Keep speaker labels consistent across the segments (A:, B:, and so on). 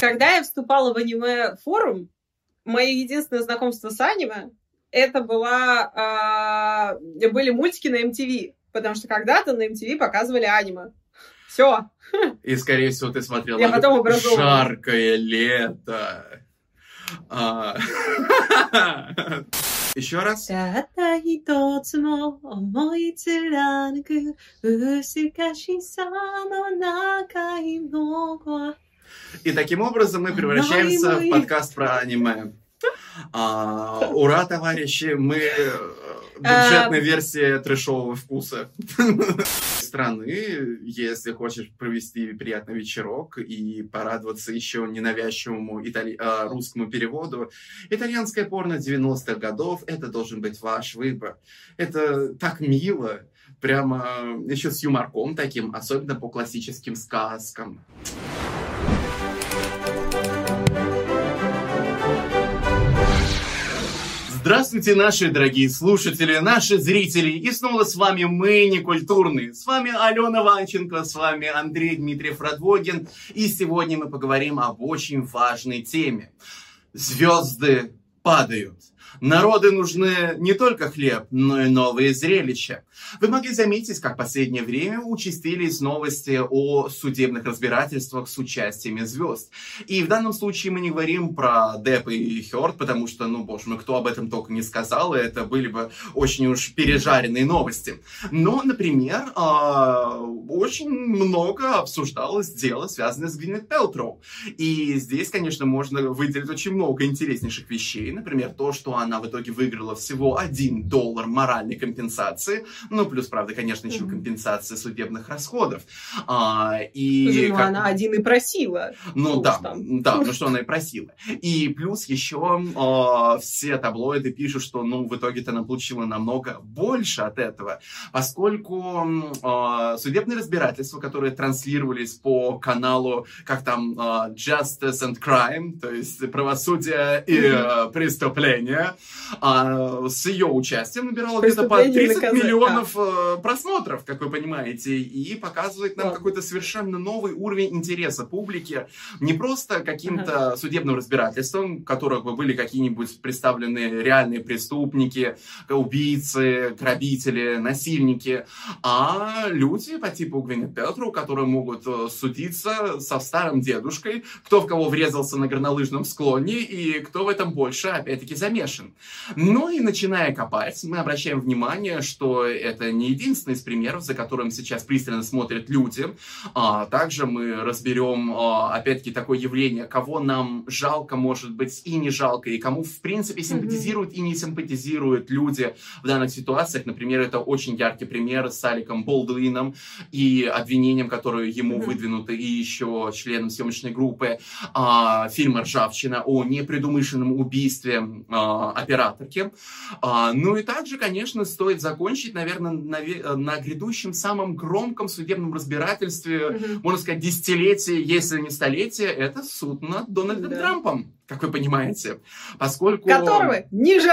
A: Когда я вступала в аниме-форум, мое единственное знакомство с аниме это были мультики на MTV, потому что когда-то на MTV показывали аниме. Все.
B: И, скорее всего, ты смотрела «Жаркое лето». Еще раз. И таким образом мы превращаемся в подкаст про аниме. Ура, товарищи, мы бюджетная версия трэшового вкуса. Страны, если хочешь провести приятный вечерок и порадоваться еще ненавязчивому русскому переводу, итальянское порно 90-х годов, это должен быть ваш выбор. Это так мило, прямо еще с юморком таким, особенно по классическим сказкам. Здравствуйте, наши дорогие слушатели, наши зрители, и снова с вами мы, Некультурные. С вами Алена Ванченко, с вами Андрей Дмитриев-Радвогин, и сегодня мы поговорим об очень важной теме. Звезды падают. Народу нужны не только хлеб, но и новые зрелища. Вы могли заметить, как в последнее время участились новости о судебных разбирательствах с участием звезд. И в данном случае мы не говорим про Деппа и Хёрд, потому что, боже мой, кто об этом только не сказал, и это были бы очень уж пережаренные новости. Но, например, очень много обсуждалось дело, связанное с Гвинет Пэлтроу. И здесь, конечно, можно выделить очень много интереснейших вещей. Например, то, что она в итоге выиграла всего $1 моральной компенсации. Плюс, правда, конечно, еще компенсация судебных расходов.
A: Она один и просила.
B: Что она и просила. И плюс еще все таблоиды пишут, что, в итоге-то она получила намного больше от этого, поскольку судебные разбирательства, которые транслировались по каналу, Justice and Crime, то есть правосудие и преступление, с ее участием набирало где-то по 30 миллионов просмотров, как вы понимаете, и показывает нам какой-то совершенно новый уровень интереса публики, не просто каким-то судебным разбирательством, в которых бы были какие-нибудь представлены реальные преступники, убийцы, грабители, насильники, а люди по типу Гвинет Пэлтроу, которые могут судиться со старым дедушкой, кто в кого врезался на горнолыжном склоне и кто в этом больше, опять-таки, замешан. И начиная копать, мы обращаем внимание, что это не единственный из примеров, за которым сейчас пристально смотрят люди. Также мы разберем, опять-таки, такое явление, кого нам жалко, может быть, и не жалко, и кому, в принципе, симпатизируют и не симпатизируют люди в данных ситуациях. Например, это очень яркий пример с Алеком Болдуином и обвинением, которое ему выдвинуто и еще членом съемочной группы фильма «Ржавчина» о непредумышленном убийстве операторки. И также, конечно, стоит закончить, наверное, на грядущем самом громком судебном разбирательстве, можно сказать, десятилетия, если не столетия, это суд над Дональдом Трампом, как вы понимаете, поскольку...
A: Которого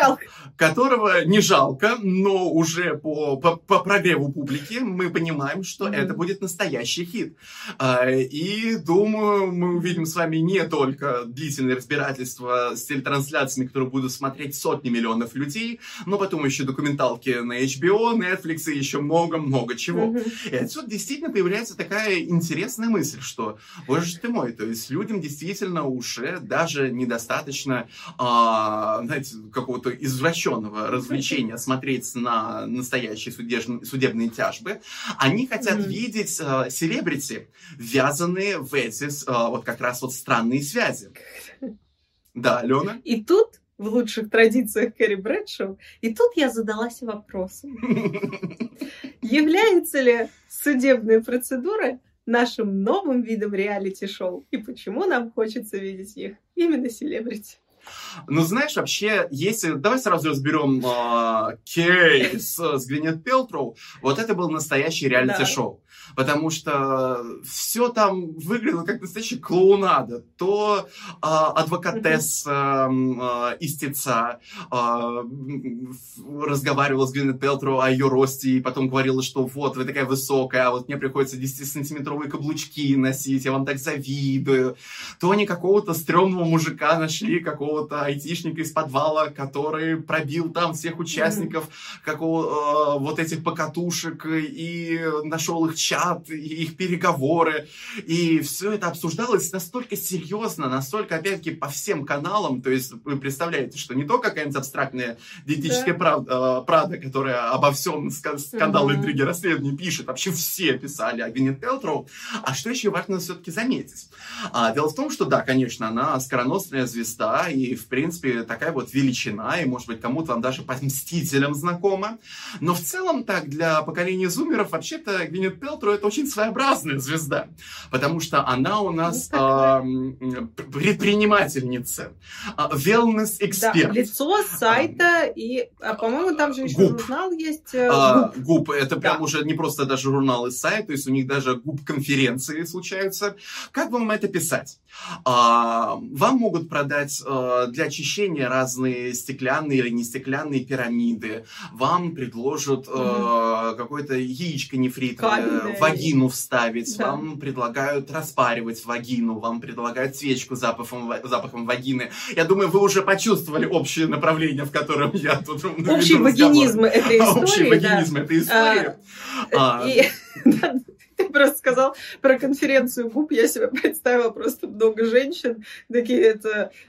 B: не жалко, но уже по прогреву публики мы понимаем, что это будет настоящий хит. И, думаю, мы увидим с вами не только длительные разбирательства с телетрансляциями, которые будут смотреть сотни миллионов людей, но потом еще документалки на HBO, Netflix и еще много-много чего. И отсюда действительно появляется такая интересная мысль, что, боже ты мой, то есть людям действительно уже даже недостаточно, какого-то извращенного развлечения смотреть на настоящие судебные тяжбы. Они хотят видеть селебрити, ввязанные в эти как раз странные связи. Да, Алена?
A: И тут, в лучших традициях Кэрри Брэдшоу, и тут я задалась вопросом. Являются ли судебные процедуры нашим новым видом реалити-шоу? И почему нам хочется видеть их именно селебрити?
B: Ну, знаешь, вообще, если... Давай сразу разберем кейс с Гвинет Пэлтроу. Вот это был настоящий реалити-шоу. Потому что все там выглядело как настоящая клоунада. То адвокатесса истеца разговаривала с Гвинет Пэлтроу о ее росте, и потом говорила, что вот, вы такая высокая, а вот мне приходится 10-сантиметровые каблучки носить, я вам так завидую. То они какого-то стрёмного мужика нашли, какого-то айтишника из подвала, который пробил там всех участников вот этих покатушек и нашел их чат, и их переговоры. И все это обсуждалось настолько серьезно, настолько, опять-таки, по всем каналам. То есть вы представляете, что не то какая-нибудь абстрактная диетическая правда, которая обо всем скандал, интриги, расследования пишет. Вообще все писали о Гвинет Пэлтроу. А что еще важно все-таки заметить? Дело в том, что да, конечно, она скороносная звезда и, в принципе, такая вот величина, и, может быть, кому-то вам даже по «Мстителям» знакома. Но в целом так, для поколения зумеров, вообще-то Гвинет Пэлтроу — это очень своеобразная звезда, потому что она у нас предпринимательница, wellness-эксперт.
A: Да, лицо сайта, и, по-моему, там же еще
B: ГУП.
A: журнал есть.
B: ГУП, это прям уже не просто даже журнал и сайт, то есть у них даже ГУП-конференции случаются. Как вам это писать? Вам могут продать для очищения разные стеклянные или не стеклянные пирамиды. Вам предложат какое-то яичко нефритовое, вагину вставить. Да. Вам предлагают распаривать вагину. Вам предлагают свечку с запахом вагины. Я думаю, вы уже почувствовали общее направление, в котором я тут...
A: Общий вагинизм этой истории.
B: Общий вагинизм этой истории.
A: Ты просто сказал про конференцию ГУП, я себе представила просто много женщин, такие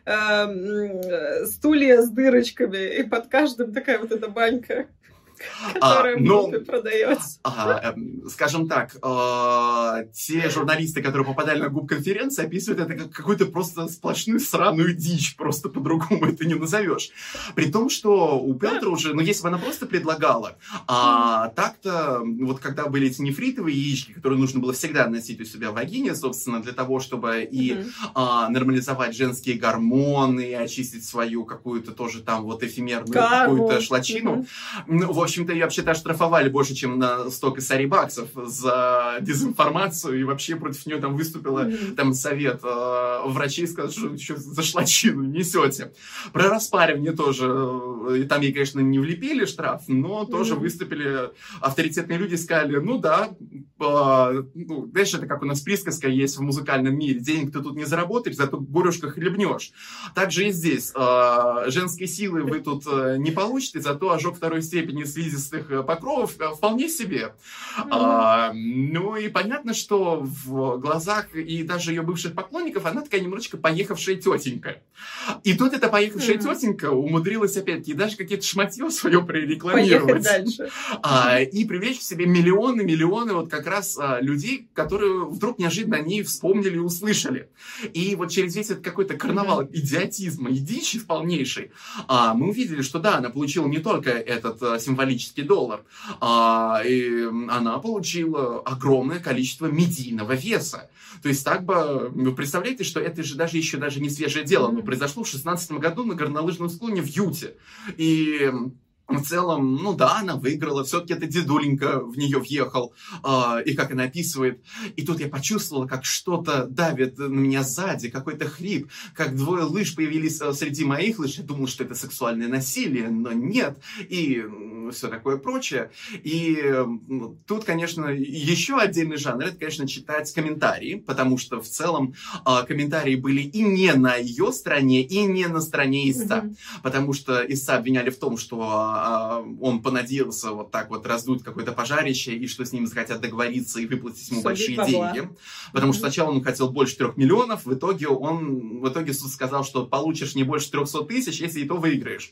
A: стулья с дырочками, и под каждым такая вот эта банька, которая в ГУПе продается.
B: Скажем так, те журналисты, которые попадали на ГУП-конференции, описывают это как какую-то просто сплошную сраную дичь, просто по-другому это не назовешь. При том, что у Пэлтроу уже, если бы она просто предлагала, так-то, вот когда были эти нефритовые яички, которые нужно было всегда носить у себя в вагине, собственно, для того, чтобы и нормализовать женские гормоны, и очистить свою какую-то тоже там вот эфемерную какую-то шлачину. В общем-то, ее вообще-то оштрафовали больше, чем на 100 косарей баксов за дезинформацию, и вообще против нее там выступила там совет врачей, сказал, что за шлачину несете. Про распаривание тоже, и там ей, конечно, не влепили штраф, но тоже выступили авторитетные люди, сказали, знаешь, это как у нас присказка есть в музыкальном мире, денег ты тут не заработаешь, зато горюшка хлебнешь. Так же и здесь. Женской силы вы тут не получите, зато ожог второй степени слизистых покровов вполне себе. И понятно, что в глазах и даже ее бывших поклонников она такая немножечко поехавшая тетенька. И тут эта поехавшая тетенька умудрилась опять-таки даже какие-то шматье свое прорекламировать.
A: Дальше.
B: И привлечь к себе миллионы вот как раз людей, которые вдруг неожиданно о ней вспомнили и услышали. И вот через весь этот какой-то карнавал идиотизма и дичи полнейшей мы увидели, что да, она получила не только этот символический $1, и она получила огромное количество медийного веса. То есть так бы, вы представляете, что это же даже еще даже не свежее дело, но произошло в 2016 году на горнолыжном склоне в Юте. И в целом, она выиграла, все-таки это дедуленька в нее въехал, и как она описывает. И тут я почувствовала, как что-то давит на меня сзади, какой-то хрип, как 2 лыж появились среди моих лыж. Я думала, что это сексуальное насилие, но нет, и все такое прочее. И тут, конечно, еще отдельный жанр, это, конечно, читать комментарии, потому что в целом комментарии были и не на ее стороне, и не на стороне истца, потому что истца обвиняли в том, что он понадеялся вот так вот раздуть какое-то пожарище, и что с ним захотят договориться и выплатить ему большие деньги. Потому что сначала он хотел больше 3 миллионов, в итоге суд сказал, что получишь не больше 300 тысяч, если и то выиграешь.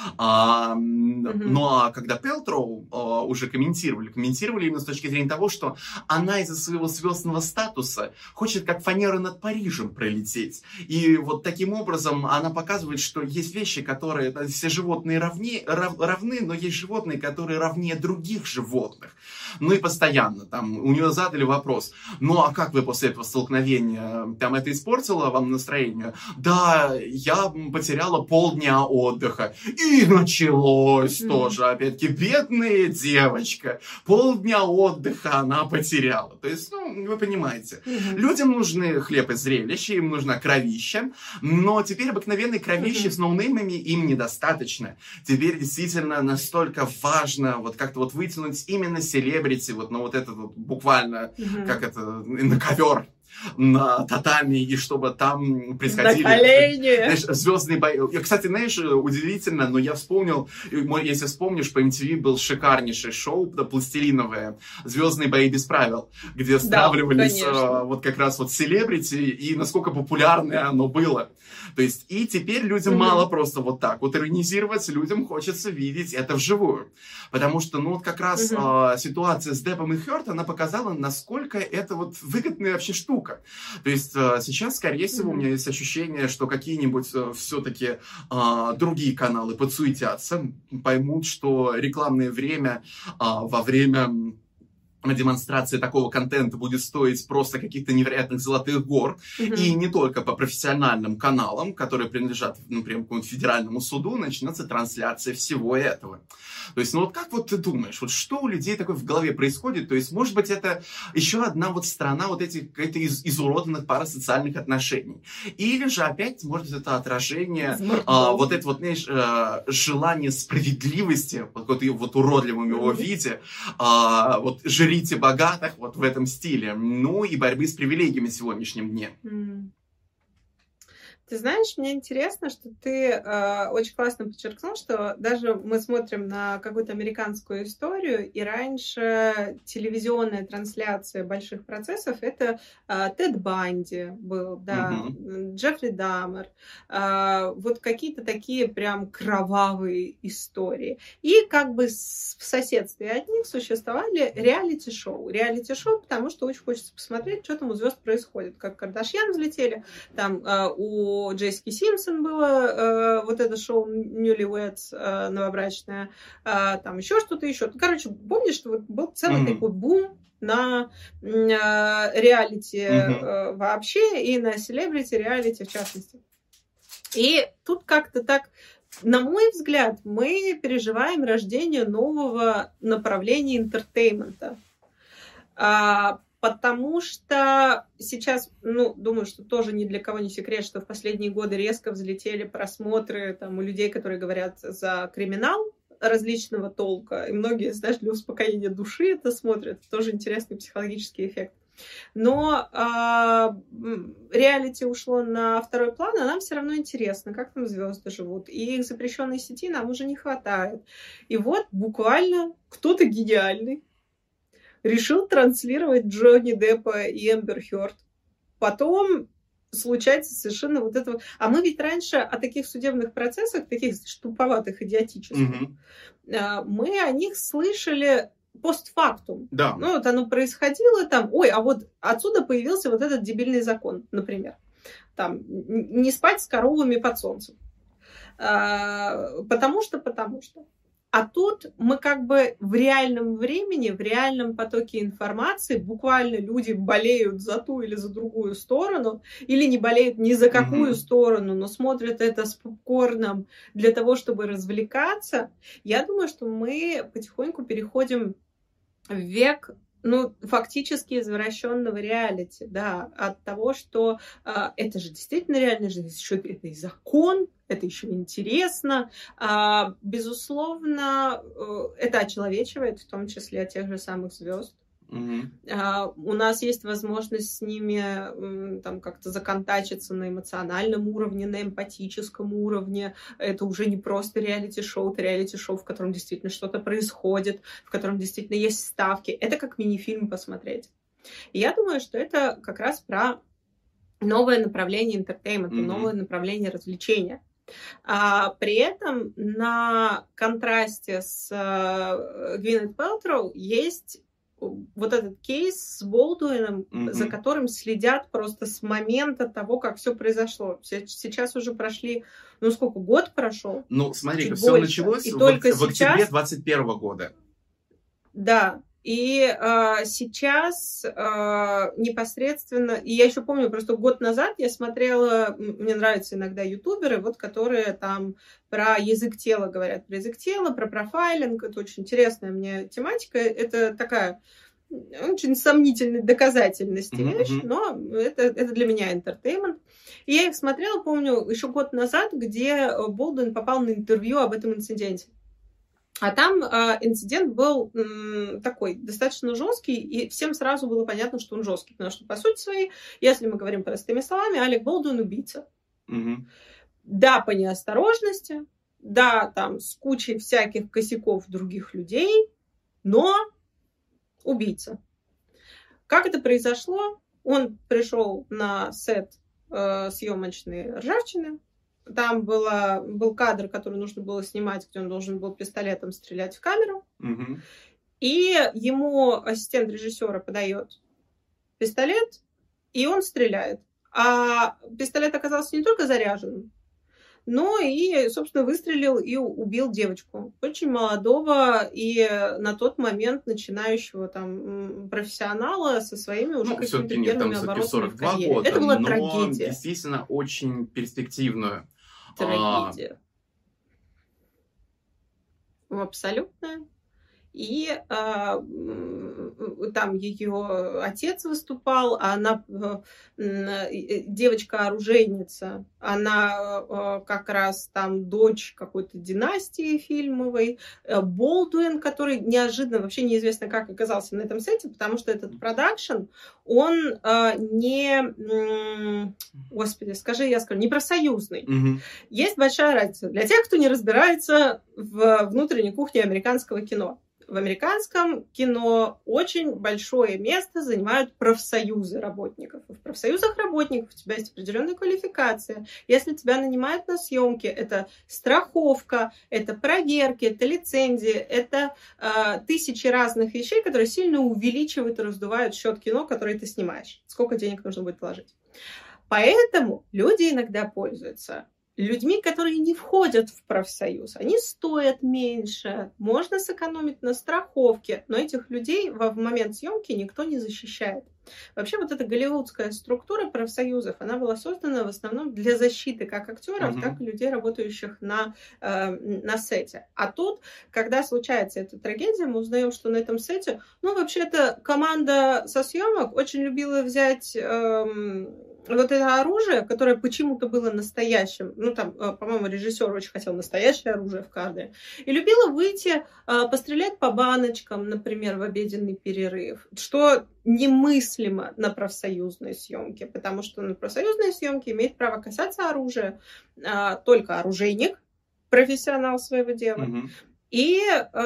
B: Ну а когда Пэлтроу уже комментировали именно с точки зрения того, что она из-за своего звездного статуса хочет как фанера над Парижем пролететь. И вот таким образом она показывает, что есть вещи, которые все животные равны, равны, но есть животные, которые равнее других животных. Ну и постоянно там у нее задали вопрос: ну а как вы после этого столкновения, там это испортило вам настроение? Да, я потеряла полдня отдыха. И началось тоже, опять-таки, бедная девочка, полдня отдыха она потеряла. То есть, ну, вы понимаете, людям нужны хлеб и зрелище, им нужна кровища, но теперь обыкновенной кровищи с ноунеймами им недостаточно. Теперь действительно настолько важно вот как-то вот вытянуть именно селебрити, вот на вот это вот буквально, как это, на ковер, на татами, и чтобы там происходили, знаешь, звездные бои. Кстати, знаешь, удивительно, но я вспомнил, если вспомнишь, по MTV был шикарнейшее шоу, пластилиновое, «Звездные бои без правил», где стравливались вот как раз вот селебрити, и насколько популярное оно было. То есть, и теперь людям мало просто вот так вот иронизировать, людям хочется видеть это вживую. Потому что, ну, вот как раз ситуация с Деппом и Хёрд, она показала, насколько это вот выгодная вообще штука. То есть, сейчас, скорее всего, у меня есть ощущение, что какие-нибудь все-таки другие каналы подсуетятся, поймут, что рекламное время во время демонстрация такого контента будет стоить просто каких-то невероятных золотых гор. И не только по профессиональным каналам, которые принадлежат, например, какому-нибудь федеральному суду, начнется трансляция всего этого. То есть, ну вот как вот ты думаешь, вот что у людей такое в голове происходит? То есть, может быть, это еще одна вот сторона вот этих изуродованных парасоциальных отношений. Или же опять, может быть, это отражение вот это вот, знаешь, желание справедливости, вот уродливом его виде, вот жрите богатых вот в этом стиле, ну и борьбы с привилегиями в сегодняшнем дне.
A: Ты знаешь, мне интересно, что ты очень классно подчеркнул, что даже мы смотрим на какую-то американскую историю, и раньше телевизионная трансляция больших процессов — это Тед Банди был, да, Джеффри Даммер, вот какие-то такие прям кровавые истории. И как бы в соседстве от них существовали реалити-шоу. Реалити-шоу, потому что очень хочется посмотреть, что там у звезд происходит. Как Кардашьян взлетели, там у Джессики Симпсон было вот это шоу Newlyweds, новобрачное, там еще что-то еще. Короче, помнишь, что вот был целый такой бум на реалити вообще и на селебрити-реалити в частности. И тут как-то так, на мой взгляд, мы переживаем рождение нового направления интертеймента. Потому что сейчас, ну, думаю, что тоже ни для кого не секрет, что в последние годы резко взлетели просмотры там у людей, которые говорят за криминал различного толка. И многие, знаешь, для успокоения души это смотрят. Тоже интересный психологический эффект. Но реалити ушло на второй план, а нам все равно интересно, как там звезды живут. И их запрещенной сети нам уже не хватает. И вот буквально кто-то гениальный решил транслировать Джонни Деппа и Эмбер Хёрд. Потом случается совершенно вот это вот. А мы ведь раньше о таких судебных процессах, таких туповатых, идиотических, мы о них слышали постфактум.
B: Да.
A: Ну, вот оно происходило там, ой, а вот отсюда появился вот этот дебильный закон, например. Там, не спать с коровами под солнцем. Потому что. А тут мы как бы в реальном времени, в реальном потоке информации, буквально люди болеют за ту или за другую сторону, или не болеют ни за какую сторону, но смотрят это с попкорном для того, чтобы развлекаться. Я думаю, что мы потихоньку переходим в век, ну, фактически извращенного реалити, да, от того, что это же действительно реальная жизнь, еще это и закон, это еще интересно. Безусловно, это очеловечивает, в том числе тех же самых звезд. У нас есть возможность с ними там как-то законтачиться на эмоциональном уровне, на эмпатическом уровне. Это уже не просто реалити-шоу, это реалити-шоу, в котором действительно что-то происходит, в котором действительно есть ставки. Это как мини-фильм посмотреть. И я думаю, что это как раз про новое направление интертеймента, новое направление развлечения. При этом на контрасте с Гвинет Пэлтроу есть вот этот кейс с Болдуином, за которым следят просто с момента того, как все произошло. Сейчас уже прошли, ну сколько, год прошел?
B: Ну, смотри, все началось в октябре 2021 года.
A: Да. И сейчас непосредственно, и я еще помню, просто год назад я смотрела, мне нравятся иногда ютуберы, вот которые там про язык тела говорят, про язык тела, про профайлинг, это очень интересная мне тематика, это такая очень сомнительной доказательности вещь, но это для меня entertainment. И я их смотрела, помню, еще год назад, где Болдуин попал на интервью об этом инциденте. А там инцидент был такой, достаточно жесткий, и всем сразу было понятно, что он жесткий. Потому что, по сути своей, если мы говорим простыми словами, Алек Болдуин убийца. Да, по неосторожности, да, там, с кучей всяких косяков других людей, но убийца. Как это произошло? Он пришел на сет съемочной ржавчины. Там был кадр, который нужно было снимать, где он должен был пистолетом стрелять в камеру. И ему ассистент режиссера подает пистолет, и он стреляет. А пистолет оказался не только заряженным, но и, собственно, выстрелил и убил девочку. Очень молодого и на тот момент начинающего там профессионала со своими уже какими-то первыми оборотами в карьере.
B: Года,
A: это была
B: но
A: трагедия.
B: Действительно, очень перспективную.
A: Трагедия. Абсолютная. И там ее отец выступал, а она девочка-оружейница, она как раз там дочь какой-то династии фильмовой. Болдуин, который неожиданно, вообще неизвестно как оказался на этом сете, потому что этот продакшн, он не, господи, я скажу, не профсоюзный. Есть большая разница. Для тех, кто не разбирается в внутренней кухне американского кино. В американском кино очень большое место занимают профсоюзы работников. В профсоюзах работников у тебя есть определенная квалификация. Если тебя нанимают на съемки, это страховка, это проверки, это лицензии, это тысячи разных вещей, которые сильно увеличивают и раздувают счет кино, которое ты снимаешь. Сколько денег нужно будет вложить. Поэтому люди иногда пользуются людьми, которые не входят в профсоюз. Они стоят меньше, можно сэкономить на страховке, но этих людей в момент съемки никто не защищает. Вообще вот эта голливудская структура профсоюзов, она была создана в основном для защиты как актеров, так и людей, работающих на сете. А тут, когда случается эта трагедия, мы узнаем, что на этом сете, вообще-то команда со съемок очень любила взять вот это оружие, которое почему-то было настоящим, по-моему, режиссер очень хотел настоящее оружие в кадре, и любила выйти, пострелять по баночкам, например, в обеденный перерыв, что немыслимо на профсоюзной съемке, потому что на профсоюзной съемке имеет право касаться оружия только оружейник, профессионал своего дела, и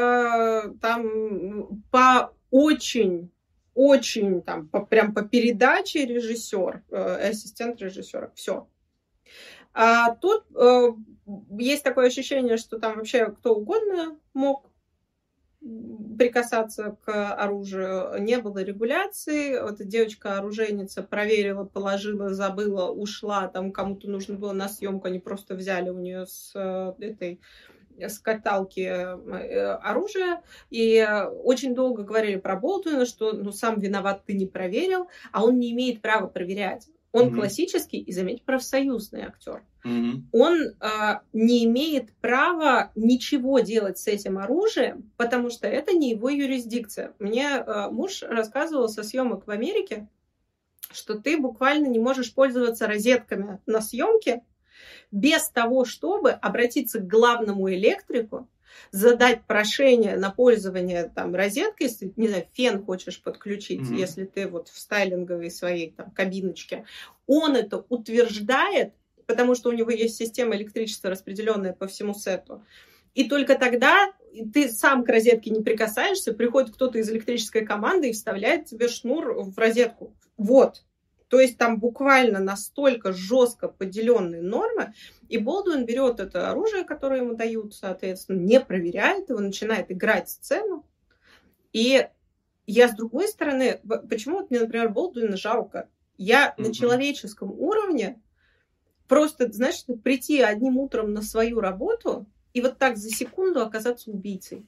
A: там по очень прям по передаче режиссер, ассистент режиссера. Все. А тут есть такое ощущение, что там вообще кто угодно мог прикасаться к оружию. Не было регуляции. Эта девочка-оружейница проверила, положила, забыла, ушла. Там кому-то нужно было на съемку. Они просто взяли у нее с каталки оружия, и очень долго говорили про Болдуина, что сам виноват, ты не проверил, а он не имеет права проверять. Он классический и, заметь, профсоюзный актер. Он не имеет права ничего делать с этим оружием, потому что это не его юрисдикция. Мне муж рассказывал со съемок в Америке, что ты буквально не можешь пользоваться розетками на съемке без того, чтобы обратиться к главному электрику, задать прошение на пользование розеткой, если, не знаю, фен хочешь подключить, если ты в стайлинговой своей кабиночке, он это утверждает, потому что у него есть система электричества, распределенная по всему сету. И только тогда ты сам к розетке не прикасаешься, приходит кто-то из электрической команды и вставляет тебе шнур в розетку. Вот. То есть там буквально настолько жестко поделенные нормы, и Болдуин берет это оружие, которое ему дают, соответственно, не проверяет его, начинает играть сцену, и Я, с другой стороны, почему вот мне, например, Болдуина жалко? Я на человеческом уровне просто, знаешь, прийти одним утром на свою работу и вот так за секунду оказаться убийцей.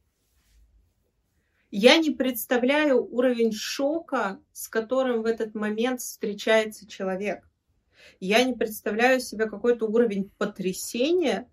A: Я не представляю уровень шока, с которым в этот момент встречается человек. Я не представляю себе какой-то уровень потрясения,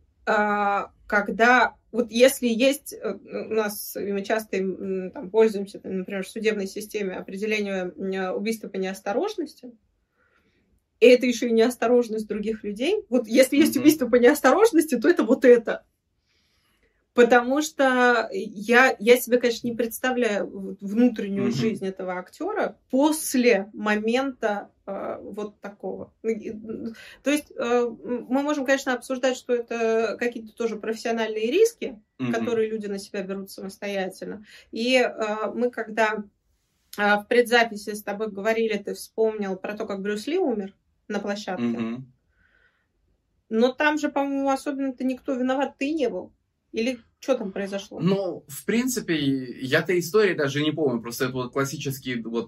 A: когда вот если есть у нас, мы часто там, пользуемся, например, в судебной системе определением убийства по неосторожности, и это еще и неосторожность других людей. Вот если есть убийство по неосторожности, то это вот это. Потому что я себе, конечно, не представляю внутреннюю жизнь этого актера после момента вот такого. То есть мы можем, конечно, обсуждать, что это какие-то тоже профессиональные риски, которые люди на себя берут самостоятельно. И мы, когда в предзаписи с тобой говорили, ты вспомнил про то, как Брюс Ли умер на площадке. Но там же, по-моему, особенно-то никто виноват ты не был. Или что там произошло?
B: Ну, в принципе, я-то истории даже не помню. Просто это вот классический вот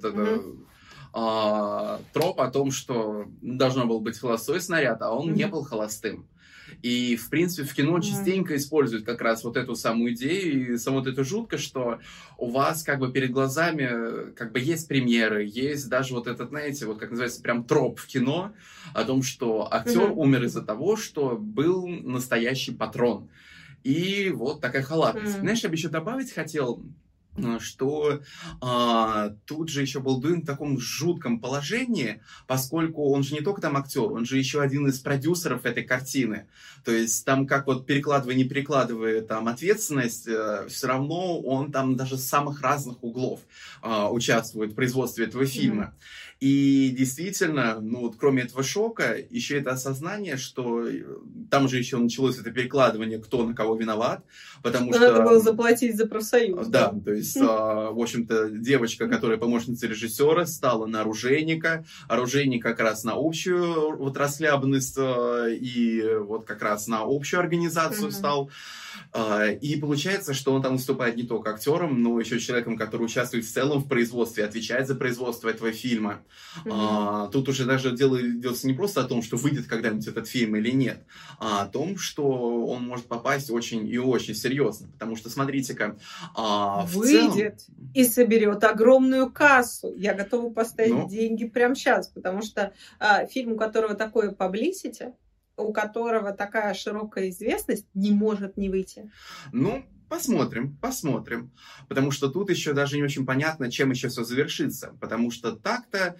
B: троп о том, что должен был быть холостой снаряд, а он не был холостым. И, в принципе, в кино частенько используют как раз вот эту самую идею. И само вот это жутко, что у вас как бы перед глазами как бы есть примеры, есть даже вот этот, знаете, вот как называется, прям троп в кино о том, что актер умер из-за того, что был настоящий патрон. И вот такая халатность. Знаешь, я бы еще добавить хотел, что тут же еще Болдуин в таком жутком положении, поскольку он же не только там актер, он же еще один из продюсеров этой картины. То есть там как вот перекладывая, не перекладывая там ответственность, все равно он там даже с самых разных углов участвует в производстве этого фильма. И действительно, ну вот кроме этого шока, еще это осознание, что там же еще началось это перекладывание, кто на кого виноват, потому что...
A: Надо было заплатить за профсоюз.
B: Да, то есть, в общем-то, девочка, которая помощница режиссера, стала на оружейника, оружейник как раз на общую вот расхлябанность и вот как раз на общую организацию стал. И получается, что он там выступает не только актером, но еще человеком, который участвует в целом в производстве, отвечает за производство этого фильма. Тут уже даже дело идется не просто о том, что выйдет когда-нибудь этот фильм или нет, а о том, что он может попасть очень и очень серьезно. Потому что, смотрите-ка,
A: выйдет целом... и соберет огромную кассу. Я готова поставить деньги прямо сейчас, потому что фильм, у которого такое publicity, у которого такая широкая известность, не может не выйти.
B: Ну, посмотрим. Потому что тут еще даже не очень понятно, чем еще все завершится. Потому что так-то,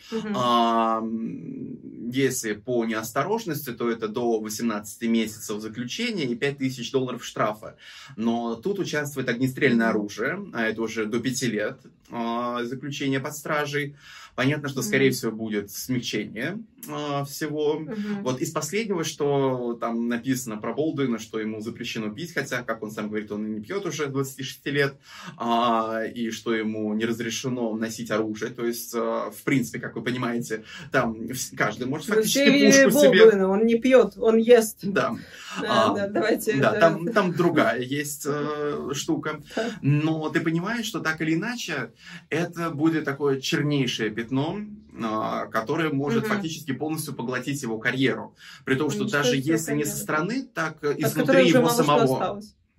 B: если по неосторожности, то это до 18 месяцев заключения и $5000 штрафа. Но тут участвует огнестрельное оружие, а это уже до 5 лет заключения под стражей. Понятно, что, скорее всего, будет смягчение всего. Вот из последнего, что там написано про Болдуина, что ему запрещено пить, хотя, как он сам говорит, он и не пьет уже 26 лет, и что ему не разрешено носить оружие. То есть, в принципе, как вы понимаете, там каждый может фактически пушку себе...
A: Он не пьет, он ест.
B: Да.
A: Давайте...
B: Да, там другая есть штука. Но ты понимаешь, что так или иначе, это будет такое чернейшее пятно, которое может фактически полностью поглотить его карьеру. При том, что даже если не со стороны, так изнутри его самого.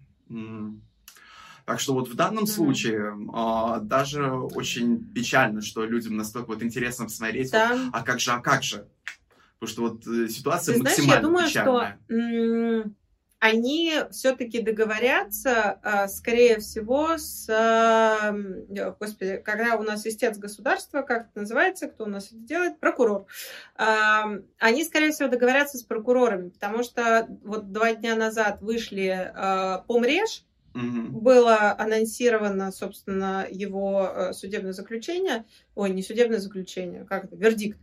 B: Так что вот в данном случае даже очень печально, что людям настолько вот интересно посмотреть, а как же. Потому что вот ситуация максимально печальная.
A: Я думаю, что они все-таки договорятся, скорее всего, господи, когда у нас истец государства, как это называется, кто у нас это делает? Прокурор. Они, скорее всего, договорятся с прокурорами, потому что вот 2 дня назад вышли «Помрежь», было анонсировано, собственно, его судебное заключение. Ой, не судебное заключение, как это? Вердикт.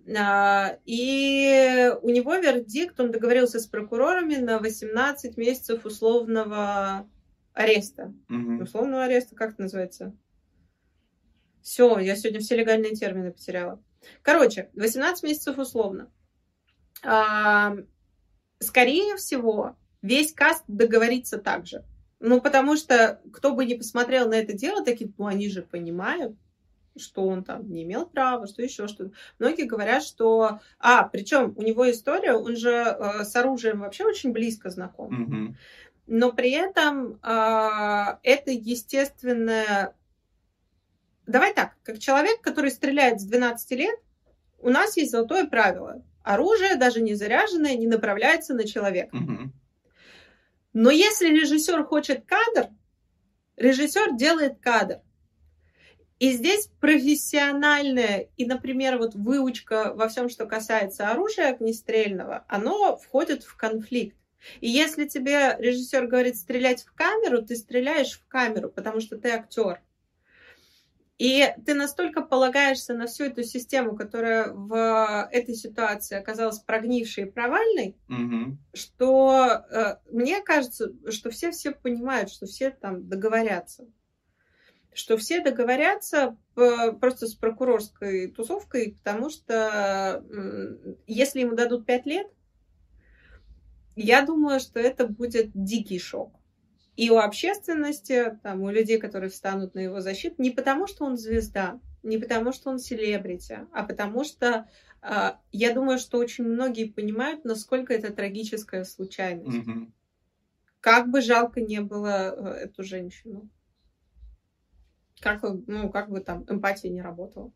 A: И у него вердикт, он договорился с прокурорами на 18 месяцев условного ареста. Условного ареста, как это называется? Все, я сегодня все легальные термины потеряла. Короче, 18 месяцев условно. Скорее всего, весь каст договорится так же. Ну, потому что кто бы ни посмотрел на это дело, такие, ну, они же понимают, что он там не имел права, что еще что-то. Многие говорят, что... причем у него история, он же с оружием вообще очень близко знаком. Но при этом это естественное... Давай так, как человек, который стреляет с 12 лет, у нас есть золотое правило. Оружие, даже не заряженное, не направляется на человека. Но если режиссер хочет кадр, режиссер делает кадр. И здесь профессиональная и, например, вот выучка во всем, что касается оружия огнестрельного, оно входит в конфликт. И если тебе режиссер говорит стрелять в камеру, ты стреляешь в камеру, потому что ты актер. И ты настолько полагаешься на всю эту систему, которая в этой ситуации оказалась прогнившей и провальной, что мне кажется, что все понимают, что все там договорятся. Что все договорятся просто с прокурорской тусовкой, потому что если ему дадут 5 лет, я думаю, что это будет дикий шок. И у общественности, там, у людей, которые встанут на его защиту, не потому, что он звезда, не потому, что он селебрити, а потому что я думаю, что очень многие понимают, насколько это трагическая случайность. Как бы жалко не было эту женщину. Как бы там эмпатия не работала.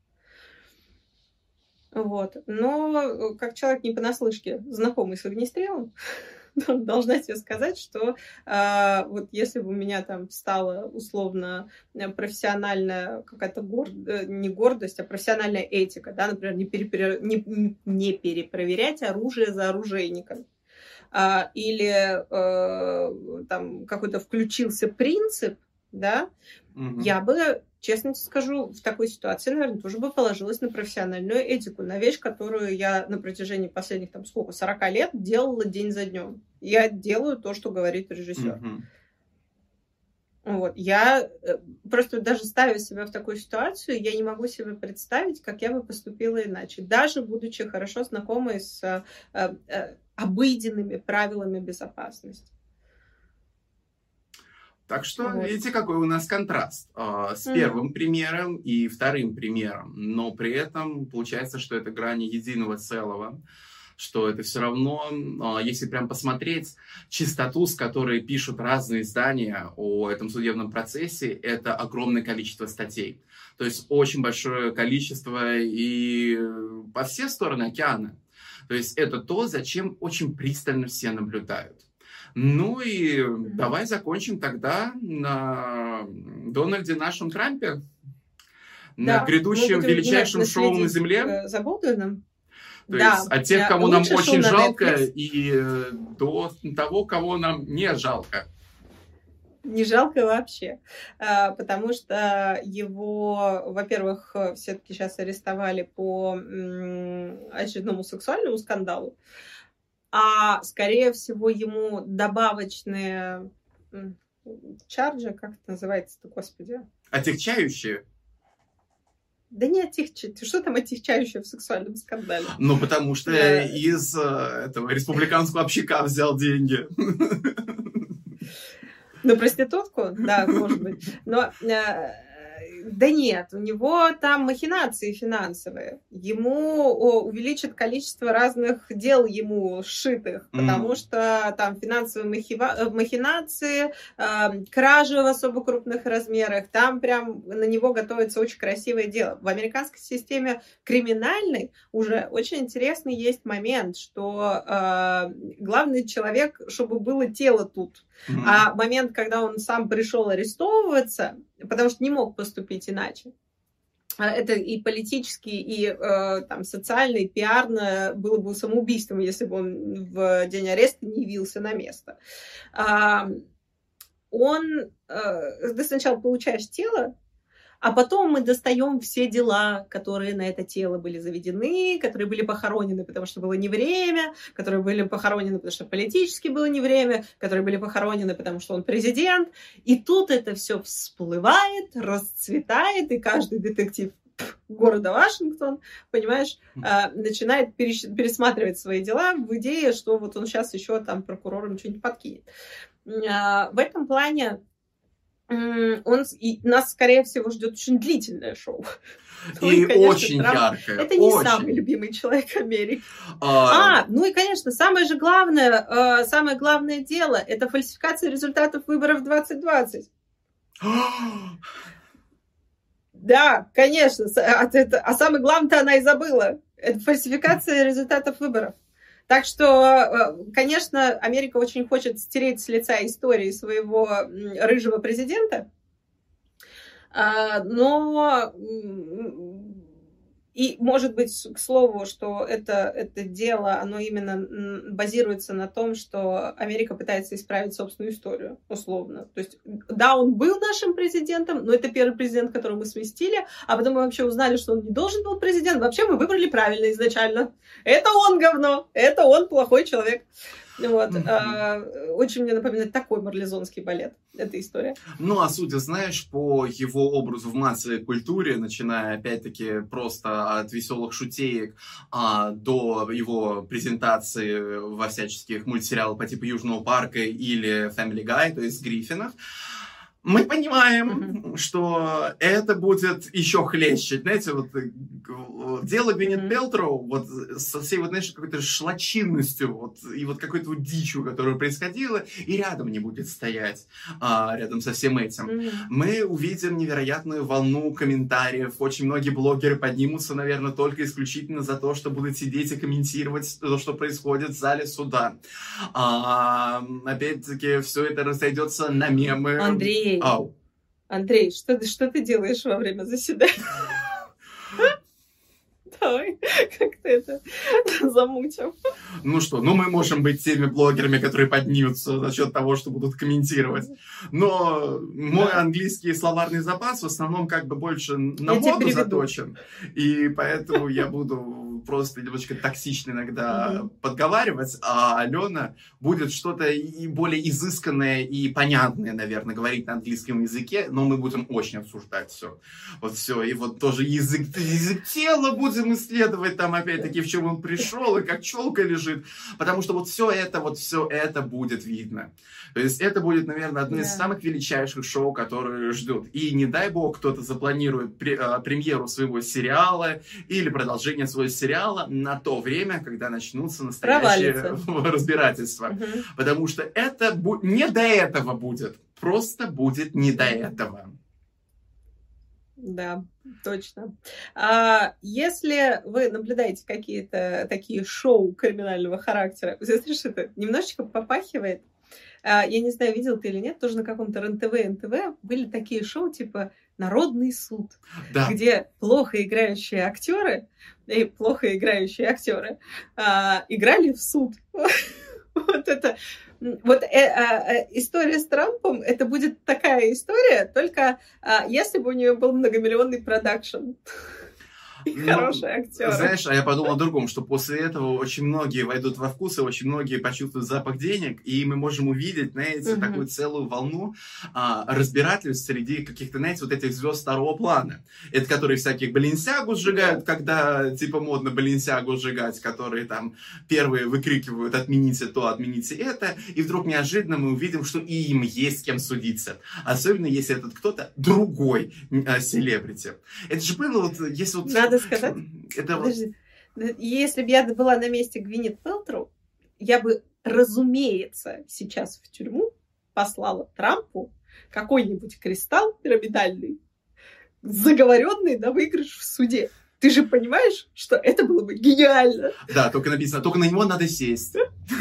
A: Вот. Но как человек не понаслышке знакомый с огнестрелом, должна тебе сказать, что вот если бы у меня там стала условно профессиональная какая-то не гордость, а профессиональная этика, да, например, не перепроверять оружие за оружейником, или там какой-то включился принцип, да, я бы, честно скажу, в такой ситуации, наверное, тоже бы положилась на профессиональную этику, на вещь, которую я на протяжении последних, 40 лет делала день за днем. Я делаю то, что говорит режиссер. Вот. Я просто даже ставя себя в такую ситуацию, я не могу себе представить, как я бы поступила иначе, даже будучи хорошо знакомой с обыденными правилами безопасности.
B: Так что, видите, какой у нас контраст с первым примером и вторым примером. Но при этом получается, что это грани единого целого, что это все равно, если прям посмотреть чистоту, с которой пишут разные издания о этом судебном процессе, это огромное количество статей. То есть очень большое количество и по все стороны океана. То есть это то, за чем очень пристально все наблюдают. Ну и давай закончим тогда на Дональде нашем Трампе, на грядущем величайшем шоу на Земле.
A: За Болдуином.
B: То есть от тех, кому нам очень жалко, и до того, кого нам не жалко.
A: Не жалко вообще, потому что его, во-первых, все-таки сейчас арестовали по очередному сексуальному скандалу, а, скорее всего, ему добавочные чарджи, как это называется-то, господи?
B: Отягчающие?
A: Да не отягчающие. Что там отягчающее в сексуальном скандале?
B: Ну, потому что из этого республиканского общака взял деньги.
A: На проститутку? Да, может быть. Но... Да нет, у него там махинации финансовые. Ему увеличат количество разных дел ему сшитых, потому что там финансовые махинации, кражи в особо крупных размерах, там прям на него готовится очень красивое дело. В американской системе криминальной уже очень интересный есть момент, что главный человек, чтобы было тело тут. А момент, когда он сам пришел арестовываться, потому что не мог поступить иначе. Это и политически, и там, социально, и пиарно было бы самоубийством, если бы он в день ареста не явился на место. Ты сначала получаешь тело, а потом мы достаем все дела, которые на это тело были заведены, которые были похоронены, потому что было не время, которые были похоронены, потому что политически было не время, которые были похоронены, потому что он президент. И тут это все всплывает, расцветает, и каждый детектив города Вашингтон, понимаешь, начинает пересматривать свои дела в идее, что вот он сейчас еще там прокурором что-нибудь подкинет. В этом плане нас, скорее всего, ждет очень длительное шоу.
B: И конечно, очень яркое.
A: Это не самый любимый человек Америки. Ну и, конечно, самое главное дело – это фальсификация результатов выборов 2020. Да, конечно. А самое главное-то она и забыла. Это фальсификация результатов выборов. Так что, конечно, Америка очень хочет стереть с лица истории своего рыжего президента, но и, может быть, к слову, что это дело, оно именно базируется на том, что Америка пытается исправить собственную историю, условно. То есть, да, он был нашим президентом, но это первый президент, которого мы сместили, а потом мы вообще узнали, что он не должен был президент. Вообще мы выбрали правильно изначально. Это он говно, это он плохой человек. Вот. Очень мне напоминает такой марлезонский балет, эта история.
B: Ну, а судя, знаешь, по его образу в массовой культуре, начиная, опять-таки, просто от веселых шутеек до его презентации во всяческих мультсериалах по типу Южного парка или Family Guy, то есть Гриффинов, мы понимаем, что это будет еще хлеще. Знаете, вот дело Гвинет Пэлтроу вот со всей вот, знаешь, какой-то шлачинностью вот, и вот какой-то вот дичью, которая происходила, и рядом не будет стоять, рядом со всем этим. Мы увидим невероятную волну комментариев. Очень многие блогеры поднимутся, наверное, только исключительно за то, что будут сидеть и комментировать то, что происходит в зале суда. Опять-таки, все это разойдется на мемы.
A: Андрей, что ты делаешь во время заседания? Давай, как ты это замутим.
B: Ну что, мы можем быть теми блогерами, которые поднимутся за счет того, что будут комментировать. Но мой английский словарный запас в основном как бы больше на моду заточен. И поэтому я буду просто немножечко токсично иногда подговаривать, а Алена будет что-то и более изысканное и понятное, наверное, говорить на английском языке, но мы будем очень обсуждать все. Вот все. И вот тоже язык тела будем исследовать там опять-таки, в чем он пришел и как челка лежит, потому что вот все это будет видно. То есть это будет, наверное, одно из самых величайших шоу, которые ждут. И не дай бог кто-то запланирует премьеру своего сериала или продолжение своего сериала на то время, когда начнутся настоящие разбирательства. Потому что это не до этого будет. Просто будет не до этого.
A: Да, точно. Если вы наблюдаете какие-то такие шоу криминального характера, знаешь, это немножечко попахивает. Я не знаю, видел ты или нет, тоже на каком-то РЕН-ТВ, НТВ были такие шоу типа «Народный суд», где плохо играющие актеры играли в суд. Вот это... Вот история с Трампом, это будет такая история, только если бы у нее был многомиллионный продакшн. Хорошие актеры.
B: Знаешь, а я подумал о другом, что после этого очень многие войдут во вкус, и очень многие почувствуют запах денег, и мы можем увидеть, знаете, такую целую волну разбирательств среди каких-то, знаете, вот этих звезд второго плана. Это которые всяких Баленсиагу сжигают, когда, типа, модно Баленсиагу сжигать, которые там первые выкрикивают «отмените то, отмените это», и вдруг неожиданно мы увидим, что и им есть с кем судиться. Особенно, если этот кто-то другой селебрити. Это же было вот, если вот...
A: Надо сказать, подожди, если бы я была на месте Гвинет Пэлтроу, я бы, разумеется, сейчас в тюрьму послала Трампу какой-нибудь кристалл пирамидальный, заговоренный на выигрыш в суде. Ты же понимаешь, что это было бы гениально.
B: Да, только написано, только на него надо сесть.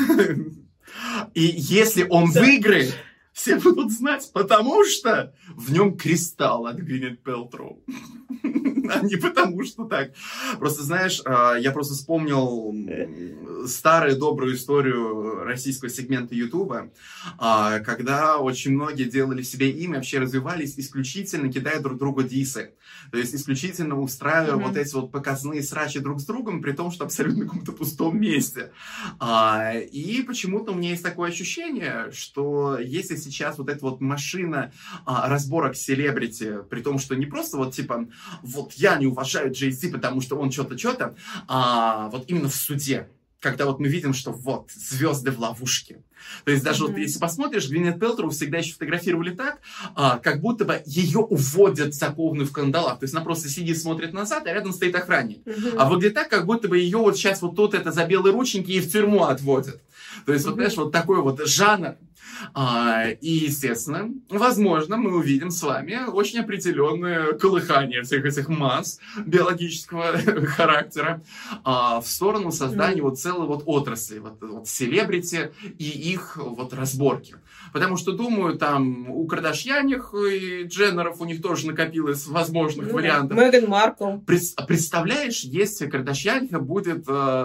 B: И если он выиграет, все будут знать, потому что в нем кристалл от Гвинет Пэлтроу. А не потому что так. Просто, знаешь, я просто вспомнил старую добрую историю российского сегмента Ютуба, когда очень многие делали себе имя, вообще развивались исключительно кидая друг другу дисы. То есть исключительно устраивая вот эти вот показные срачи друг с другом, при том, что абсолютно в каком-то пустом месте. И почему-то у меня есть такое ощущение, что если сейчас вот эта вот машина разборок селебрити, при том, что не просто вот типа, вот я не уважаю Jay-Z, потому что он что-то, вот именно в суде. Когда вот мы видим, что вот, звезды в ловушке. То есть даже вот если посмотришь, Гвинет Пэлтроу всегда еще фотографировали так, как будто бы ее уводят закованную в кандалах. То есть она просто сидит, смотрит назад, а рядом стоит охранник. А выглядит так, как будто бы ее вот сейчас вот тут это за белые рученьки и в тюрьму отводят. То есть вот, знаешь, вот такой вот жанр. И, естественно, возможно, мы увидим с вами очень определенное колыхание всех этих масс биологического характера в сторону создания вот целой вот отрасли, вот селебрити и их вот разборки. Потому что, думаю, там у Кардашьяних и Дженнеров у них тоже накопилось возможных вариантов.
A: Меган Маркл.
B: Представляешь, если Кардашьяниха будет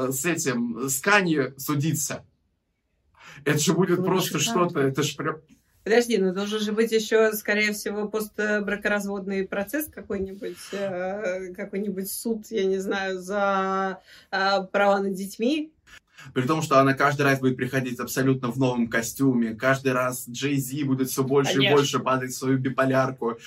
B: с Канье судиться? Это же будет просто что-то, это же прям...
A: Подожди, ну должен же быть еще, скорее всего, постбракоразводный процесс какой-нибудь суд, я не знаю, за права над детьми.
B: При том, что она каждый раз будет приходить абсолютно в новом костюме. Каждый раз Jay-Z будет все больше и больше падать в свою биполярку.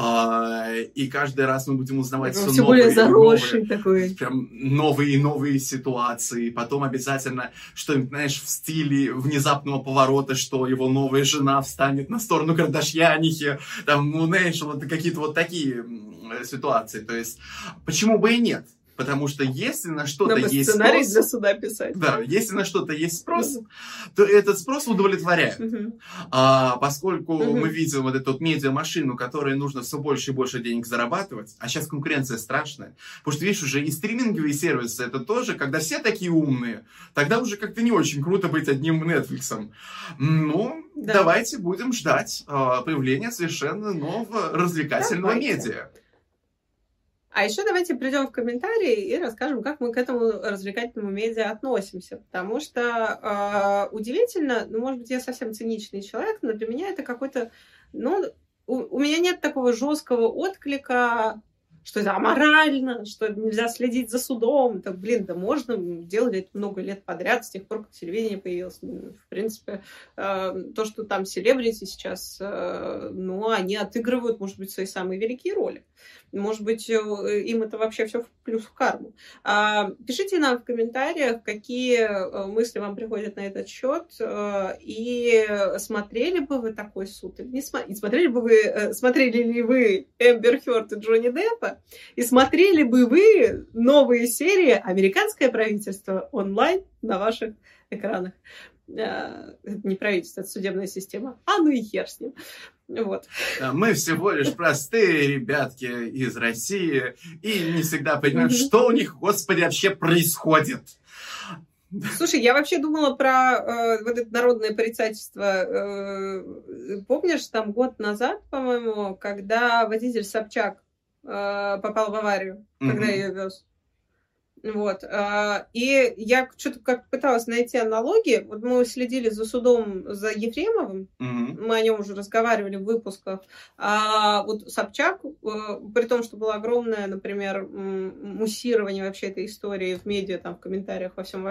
B: И каждый раз мы будем узнавать все
A: более заросший такой.
B: Прям новые и новые ситуации. Потом обязательно что-нибудь, знаешь, в стиле внезапного поворота, что его новая жена встанет на сторону Кардашьянихи. Там, ну, знаешь, вот какие-то вот такие ситуации. То есть, почему бы и нет? Потому что если на что-то есть
A: сценарий
B: спрос...
A: для суда писать.
B: Да, если на что-то есть спрос, то этот спрос удовлетворяет. Поскольку мы видим вот эту вот медиамашину, которой нужно все больше и больше денег зарабатывать, а сейчас конкуренция страшная. Потому что, видишь, уже и стриминговые сервисы, это тоже, когда все такие умные, тогда уже как-то не очень круто быть одним Netflix'ом. Ну, давайте будем ждать появления совершенно нового развлекательного медиа.
A: А еще давайте придем в комментарии и расскажем, как мы к этому развлекательному медиа относимся. Потому что удивительно, ну, может быть, я совсем циничный человек, но для меня это какой-то... Ну, у меня нет такого жесткого отклика, что это аморально, что нельзя следить за судом. Так, блин, да можно, делали это много лет подряд, с тех пор, как телевидение появилось. В принципе, то, что там селебрити сейчас, ну, они отыгрывают, может быть, свои самые великие роли. Может быть, им это вообще все в плюс в карму. Пишите нам в комментариях, какие мысли вам приходят на этот счет. И смотрели бы вы такой суд или не смотрели? Смотрели ли вы Эмбер Хёрд и Джонни Деппа? И смотрели бы вы новые серии «Американское правительство» онлайн на ваших экранах? Это не правительство, это судебная система. Ну и хер с ним. Вот.
B: Мы всего лишь простые ребятки из России и не всегда понимаем, что у них, господи, вообще происходит.
A: Слушай, я вообще думала про вот это народное порицательство. Помнишь, там год назад, по-моему, когда водитель Собчак попал в аварию, когда ее вез? Вот. И я что-то как пыталась найти аналогии. Вот мы следили за судом за Ефремовым, мы о нем уже разговаривали в выпусках. Вот Собчак, при том, что было огромное, например, муссирование вообще этой истории в медиа, там, в комментариях, во всем,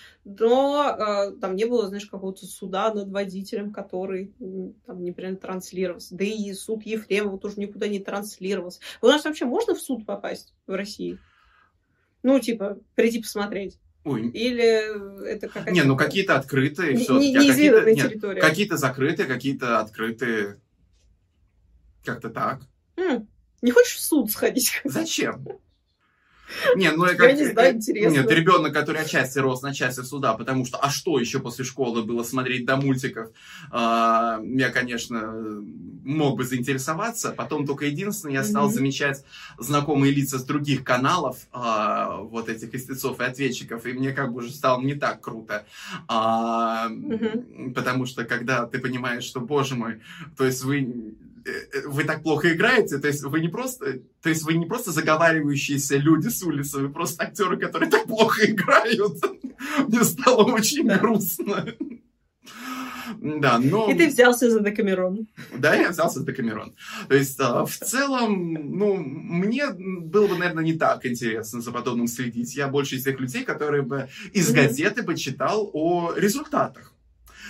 A: но там не было, знаешь, какого-то суда над водителем, который там, например, транслировался. Да и суд Ефремова тоже никуда не транслировался. У нас вообще можно в суд попасть в России? Ну, типа, приди посмотреть.
B: Ой.
A: Или это какая-то...
B: Не, ну какие-то открытые.
A: Неизведанная территория.
B: Какие-то закрытые, какие-то открытые. Как-то так.
A: Не хочешь в суд сходить?
B: Зачем? Не, ну
A: я не знаю, интересно.
B: Нет, ребенок, который отчасти рос на части суда, потому что, что еще после школы было смотреть до мультиков, я, конечно, мог бы заинтересоваться. Потом только единственное, я стал замечать знакомые лица с других каналов, вот этих истцов и ответчиков, и мне как бы уже стало не так круто. Потому что, когда ты понимаешь, что, боже мой, то есть вы так плохо играете, то есть вы не просто заговаривающиеся люди с улицы, вы просто актеры, которые так плохо играют. Мне стало очень грустно. Да, но...
A: И ты взялся за Декамерон.
B: Да, я взялся за Декамерон. То есть, в целом, ну, мне было бы, наверное, не так интересно за подобным следить. Я больше из тех людей, которые бы из газеты бы читал о результатах.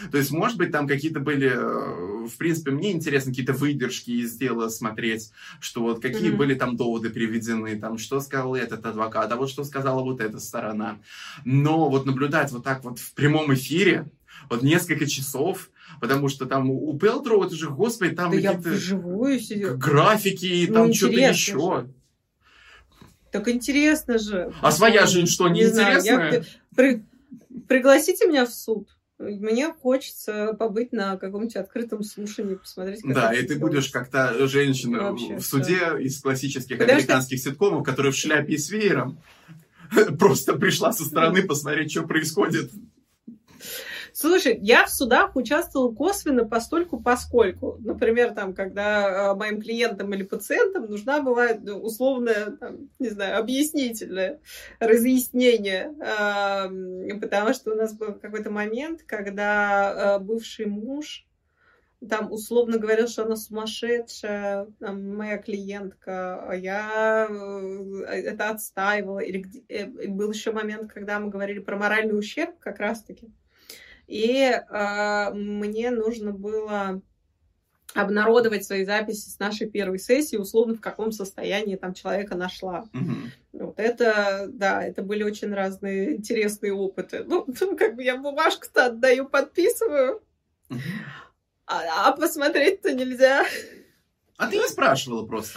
B: То есть, может быть, там какие-то были, в принципе, мне интересно какие-то выдержки из дела смотреть, что вот какие были там доводы приведены, там, что сказал этот адвокат, а вот что сказала вот эта сторона. Но вот наблюдать вот так вот в прямом эфире, вот несколько часов, потому что там у Пелтроу, это же, господи, там
A: да
B: какие-то графики и там что-то еще.
A: Так интересно же.
B: А своя жизнь что, неинтересная?
A: Пригласите меня в суд. Мне хочется побыть на каком-нибудь открытом слушании, посмотреть.
B: Да, и ты будешь как та женщина в суде из классических американских ситкомов, которая в шляпе и с веером просто пришла со стороны посмотреть, что происходит.
A: Слушай, я в судах участвовала косвенно постольку-поскольку. Например, там, когда моим клиентам или пациентам нужна была условное, там, не знаю, объяснительное разъяснение. Потому что у нас был какой-то момент, когда бывший муж там условно говорил, что она сумасшедшая, там, моя клиентка, а я это отстаивала. Или был еще момент, когда мы говорили про моральный ущерб как раз-таки. И мне нужно было обнародовать свои записи с нашей первой сессии, условно, в каком состоянии там человека нашла. Вот это, да, это были очень разные интересные опыты. Ну, как бы я бумажку-то отдаю, подписываю, а посмотреть-то нельзя.
B: А ты не спрашивала просто?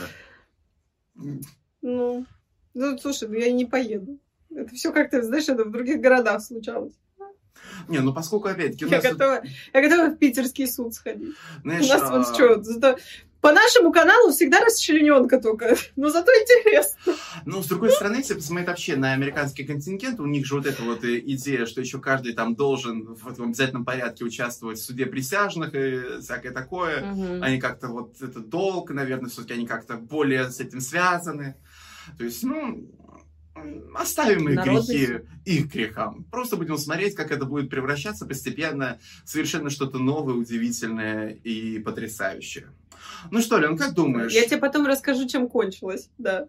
A: Ну, слушай, я не поеду. Это все как-то, знаешь, это в других городах случалось.
B: Не, ну поскольку, опять-таки...
A: Я готова в питерский суд сходить.
B: Знаешь,
A: у нас вот что, зато по нашему каналу всегда расчлененка только, но зато интересно.
B: Ну, с другой стороны, если посмотреть вообще на американский контингент, у них же вот эта вот идея, что еще каждый там должен в обязательном порядке участвовать в суде присяжных и всякое такое. Они как-то вот, это долг, наверное, все-таки они как-то более с этим связаны. То есть, ну... Оставим их грехи их грехам. Просто будем смотреть, как это будет превращаться постепенно в совершенно что-то новое, удивительное и потрясающее. Ну что, Лен, как думаешь?
A: Я тебе потом расскажу, чем кончилось. Да.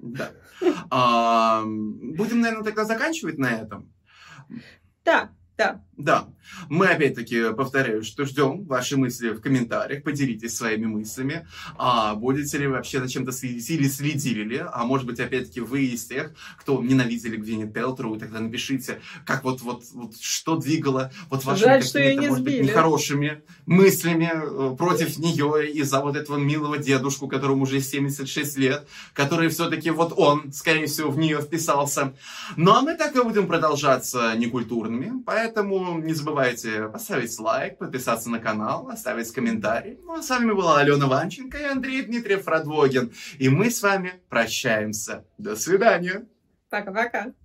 B: Будем, наверное, тогда заканчивать на этом?
A: Да.
B: Да. Мы опять-таки, повторяю, что ждем ваши мысли в комментариях. Поделитесь своими мыслями. Будете ли вы вообще за чем-то следили ли? А может быть, опять-таки, вы из тех, кто ненавидели Гвинет Пэлтроу, тогда напишите, как вот что двигало вот вашими какими-то, может быть, нехорошими мыслями против нее из-за вот этого милого дедушку, которому уже 76 лет, который все-таки вот он, скорее всего, в нее вписался. Ну, а мы так и будем продолжаться некультурными, поэтому не забывайте поставить лайк, подписаться на канал, оставить комментарий. Ну, а с вами была Алена Ванченко и Андрей Дмитриев Радвогин. И мы с вами прощаемся. До свидания.
A: Пока-пока.